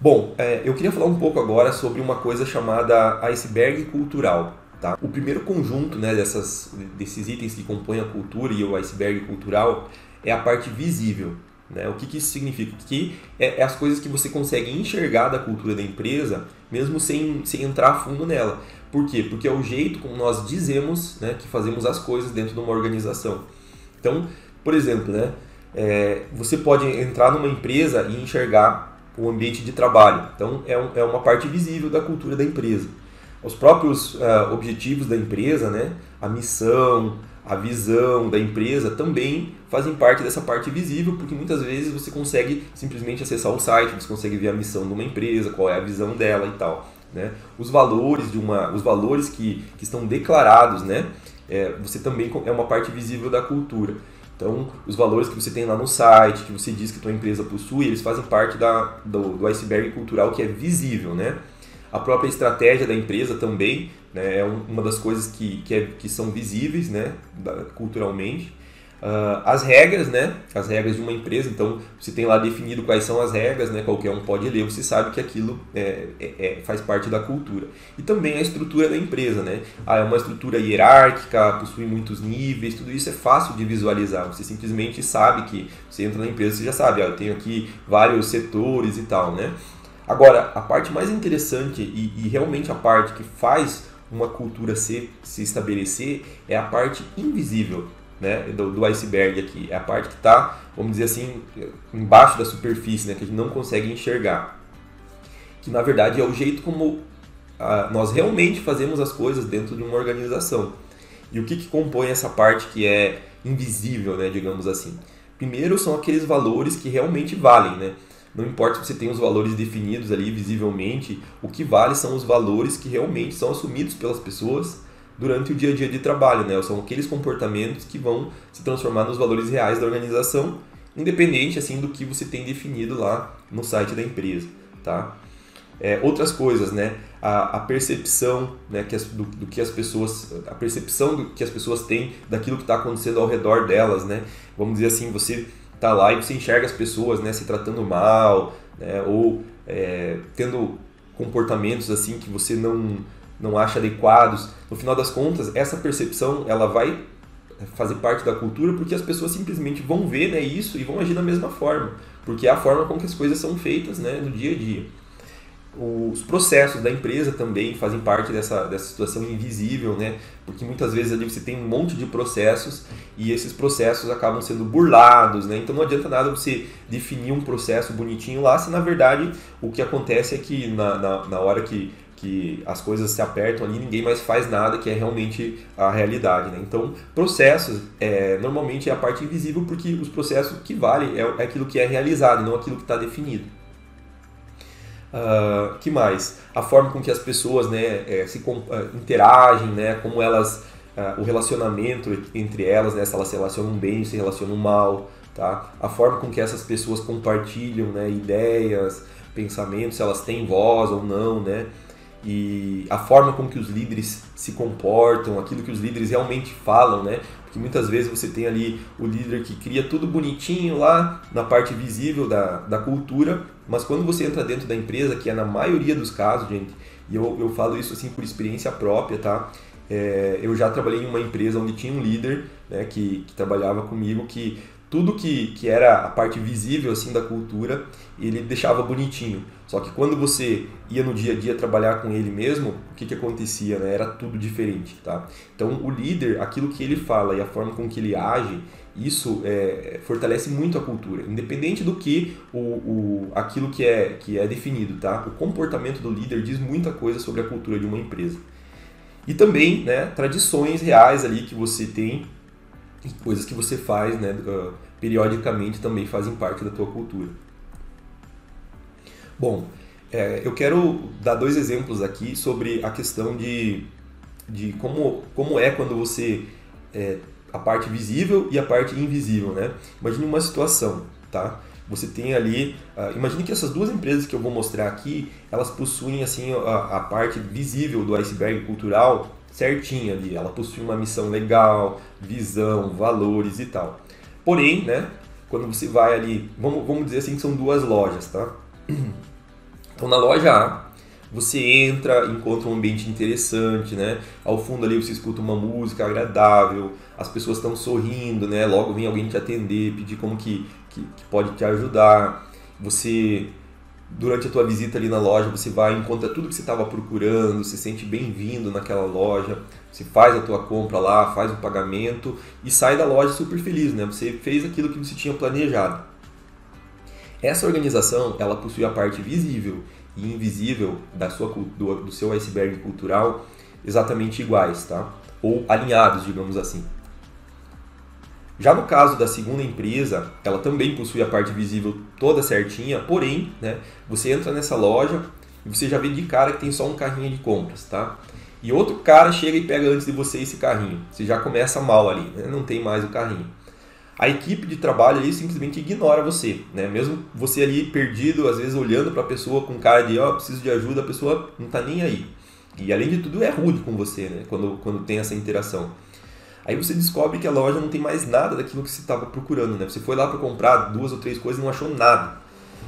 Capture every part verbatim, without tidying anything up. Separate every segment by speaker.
Speaker 1: Bom, é, eu queria falar um pouco agora sobre uma coisa chamada iceberg cultural. Tá? O primeiro conjunto, né, dessas, desses itens que compõem a cultura e o iceberg cultural é a parte visível. Né? O que, que isso significa? Que é, é as coisas que você consegue enxergar da cultura da empresa, mesmo sem, sem entrar a fundo nela. Por quê? Porque é o jeito como nós dizemos, né, que fazemos as coisas dentro de uma organização. Então, por exemplo, né, é, você pode entrar numa empresa e enxergar o ambiente de trabalho. Então, é, um, é uma parte visível da cultura da empresa. Os próprios uh, objetivos da empresa, né, a missão, a visão da empresa também fazem parte dessa parte visível, porque muitas vezes você consegue simplesmente acessar o site, você consegue ver a missão de uma empresa, qual é a visão dela e tal. Né? Os valores, de uma, os valores que, que estão declarados, né, é, você também é uma parte visível da cultura. Então, os valores que você tem lá no site, que você diz que a tua empresa possui, eles fazem parte da, do, do iceberg cultural que é visível, né? A própria estratégia da empresa também, né, é uma das coisas que, que, é, que são visíveis, né, culturalmente. Uh, as regras, né, as regras de uma empresa, então você tem lá definido quais são as regras, né, qualquer um pode ler, você sabe que aquilo é, é, é, faz parte da cultura. E também a estrutura da empresa, né, ah, é uma estrutura hierárquica, possui muitos níveis, tudo isso é fácil de visualizar, você simplesmente sabe que você entra na empresa, você já sabe, ah, eu tenho aqui vários setores e tal, né. Agora, a parte mais interessante e, e realmente a parte que faz uma cultura se, se estabelecer é a parte invisível, né, do, do iceberg aqui. É a parte que está, vamos dizer assim, embaixo da superfície, né, que a gente não consegue enxergar. Que na verdade é o jeito como ah, nós realmente fazemos as coisas dentro de uma organização. E o que, que compõe essa parte que é invisível, né, digamos assim? Primeiro são aqueles valores que realmente valem, né? Não importa se você tem os valores definidos ali visivelmente, o que vale são os valores que realmente são assumidos pelas pessoas durante o dia a dia de trabalho, né? São aqueles comportamentos que vão se transformar nos valores reais da organização, independente assim do que você tem definido lá no site da empresa, tá? É, outras coisas, né? A, a percepção, né, que as, do, do que as pessoas, a percepção do que as pessoas têm daquilo que está acontecendo ao redor delas, né? Vamos dizer assim, você tá lá e você enxerga as pessoas, né, se tratando mal, né, ou é, tendo comportamentos assim que você não, não acha adequados. No final das contas, essa percepção ela vai fazer parte da cultura porque as pessoas simplesmente vão ver, né, isso e vão agir da mesma forma, porque é a forma com que as coisas são feitas, né, no dia a dia. Os processos da empresa também fazem parte dessa, dessa situação invisível, né? Porque muitas vezes ali você tem um monte de processos e esses processos acabam sendo burlados, né? Então não adianta nada você definir um processo bonitinho lá se na verdade o que acontece é que na, na, na hora que, que as coisas se apertam ali ninguém mais faz nada, que é realmente a realidade, né? Então processos é, normalmente é a parte invisível porque os processos que valem é, é aquilo que é realizado, não aquilo que está definido. Uh, que mais? A forma com que as pessoas, né, é, se uh, interagem, né, como elas, uh, o relacionamento entre elas, né, se elas se relacionam bem, se relacionam mal, tá? A forma com que essas pessoas compartilham, né, ideias, pensamentos, se elas têm voz ou não, né? E a forma com que os líderes se comportam, aquilo que os líderes realmente falam, né? Porque muitas vezes você tem ali o líder que cria tudo bonitinho lá na parte visível da, da cultura, mas quando você entra dentro da empresa, que é na maioria dos casos, gente, e eu, eu falo isso assim por experiência própria, tá? É, eu já trabalhei em uma empresa onde tinha um líder, né, que, que trabalhava comigo, que tudo que, que era a parte visível assim da cultura, ele deixava bonitinho. Só que quando você ia no dia a dia trabalhar com ele mesmo, o que, que acontecia? Né? Era tudo diferente. Tá? Então o líder, aquilo que ele fala e a forma com que ele age, isso é, fortalece muito a cultura, independente do que o, o, aquilo que é, que é definido. Tá? O comportamento do líder diz muita coisa sobre a cultura de uma empresa. E também, né, tradições reais ali que você tem, coisas que você faz, né, uh, periodicamente também fazem parte da tua cultura. Bom, é, eu quero dar dois exemplos aqui sobre a questão de, de como, como é quando você... É, a parte visível e a parte invisível, né? Imagine uma situação, tá? Você tem ali... Uh, imagine que essas duas empresas que eu vou mostrar aqui, elas possuem assim, a, a parte visível do iceberg cultural certinha ali. Ela possui uma missão legal, visão, valores e tal. Porém, né, quando você vai ali... Vamos, vamos dizer assim que são duas lojas, tá? Então na loja A, você entra, encontra um ambiente interessante, né? Ao fundo ali você escuta uma música agradável, as pessoas estão sorrindo, né? Logo vem alguém te atender, pedir como que, que, que pode te ajudar. Você, durante a tua visita ali na loja, você vai, encontra tudo que você estava procurando, se sente bem-vindo naquela loja, você faz a tua compra lá, faz o pagamento e sai da loja super feliz, né? Você fez aquilo que você tinha planejado. Essa organização, ela possui a parte visível e invisível da sua, do, do seu iceberg cultural exatamente iguais, tá? Ou alinhados, digamos assim. Já no caso da segunda empresa, ela também possui a parte visível toda certinha, porém, né, você entra nessa loja e você já vê de cara que tem só um carrinho de compras, tá? E outro cara chega e pega antes de você esse carrinho. Você já começa mal ali, né? Não tem mais o carrinho. A equipe de trabalho ali simplesmente ignora você, né? Mesmo você ali perdido, às vezes olhando para a pessoa com cara de ó, oh, preciso de ajuda, a pessoa não está nem aí. E além de tudo é rude com você, né? Quando, quando tem essa interação. Aí você descobre que a loja não tem mais nada daquilo que você estava procurando, né? Você foi lá para comprar duas ou três coisas e não achou nada.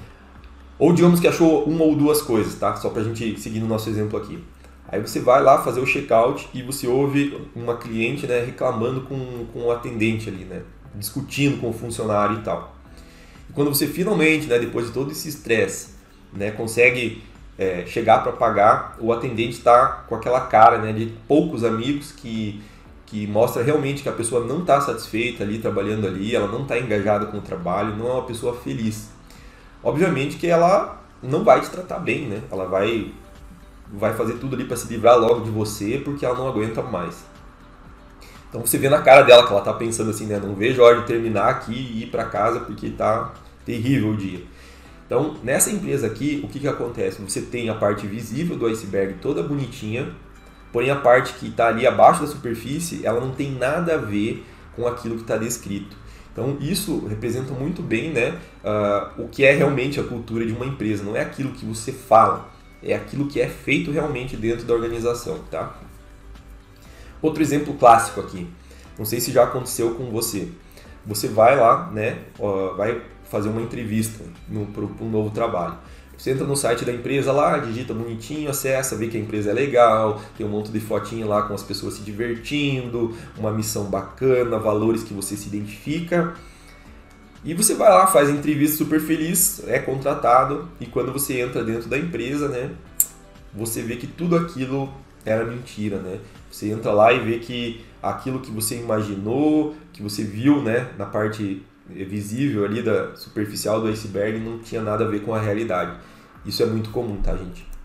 Speaker 1: Ou digamos que achou uma ou duas coisas, tá? Só para a gente seguir no nosso exemplo aqui. Aí você vai lá fazer o checkout e você ouve uma cliente, né, reclamando com, com o atendente ali, né? Discutindo com o funcionário e tal. E quando você finalmente, né, depois de todo esse estresse, né, consegue é, chegar para pagar, o atendente está com aquela cara, né, de poucos amigos que, que mostra realmente que a pessoa não está satisfeita ali, trabalhando ali, ela não está engajada com o trabalho, não é uma pessoa feliz. Obviamente que ela não vai te tratar bem, né? Ela vai, vai fazer tudo ali para se livrar logo de você porque ela não aguenta mais. Então você vê na cara dela que ela está pensando assim, né? Não vejo a hora de terminar aqui e ir para casa porque está terrível o dia. Então nessa empresa aqui, o que, que acontece? Você tem a parte visível do iceberg toda bonitinha, porém a parte que está ali abaixo da superfície, ela não tem nada a ver com aquilo que está descrito. Então isso representa muito bem, né, uh, o que é realmente a cultura de uma empresa. Não é aquilo que você fala, é aquilo que é feito realmente dentro da organização, tá? Outro exemplo clássico aqui, não sei se já aconteceu com você. Você vai lá, né, uh, vai fazer uma entrevista para um novo trabalho. Você entra no site da empresa lá, digita bonitinho, acessa, vê que a empresa é legal, tem um monte de fotinho lá com as pessoas se divertindo, uma missão bacana, valores que você se identifica. E você vai lá, faz a entrevista super feliz, é contratado, e quando você entra dentro da empresa, né, você vê que tudo aquilo era mentira, né? Você entra lá e vê que aquilo que você imaginou, que você viu, né, na parte visível ali da superficial do iceberg não tinha nada a ver com a realidade. Isso é muito comum, tá, gente?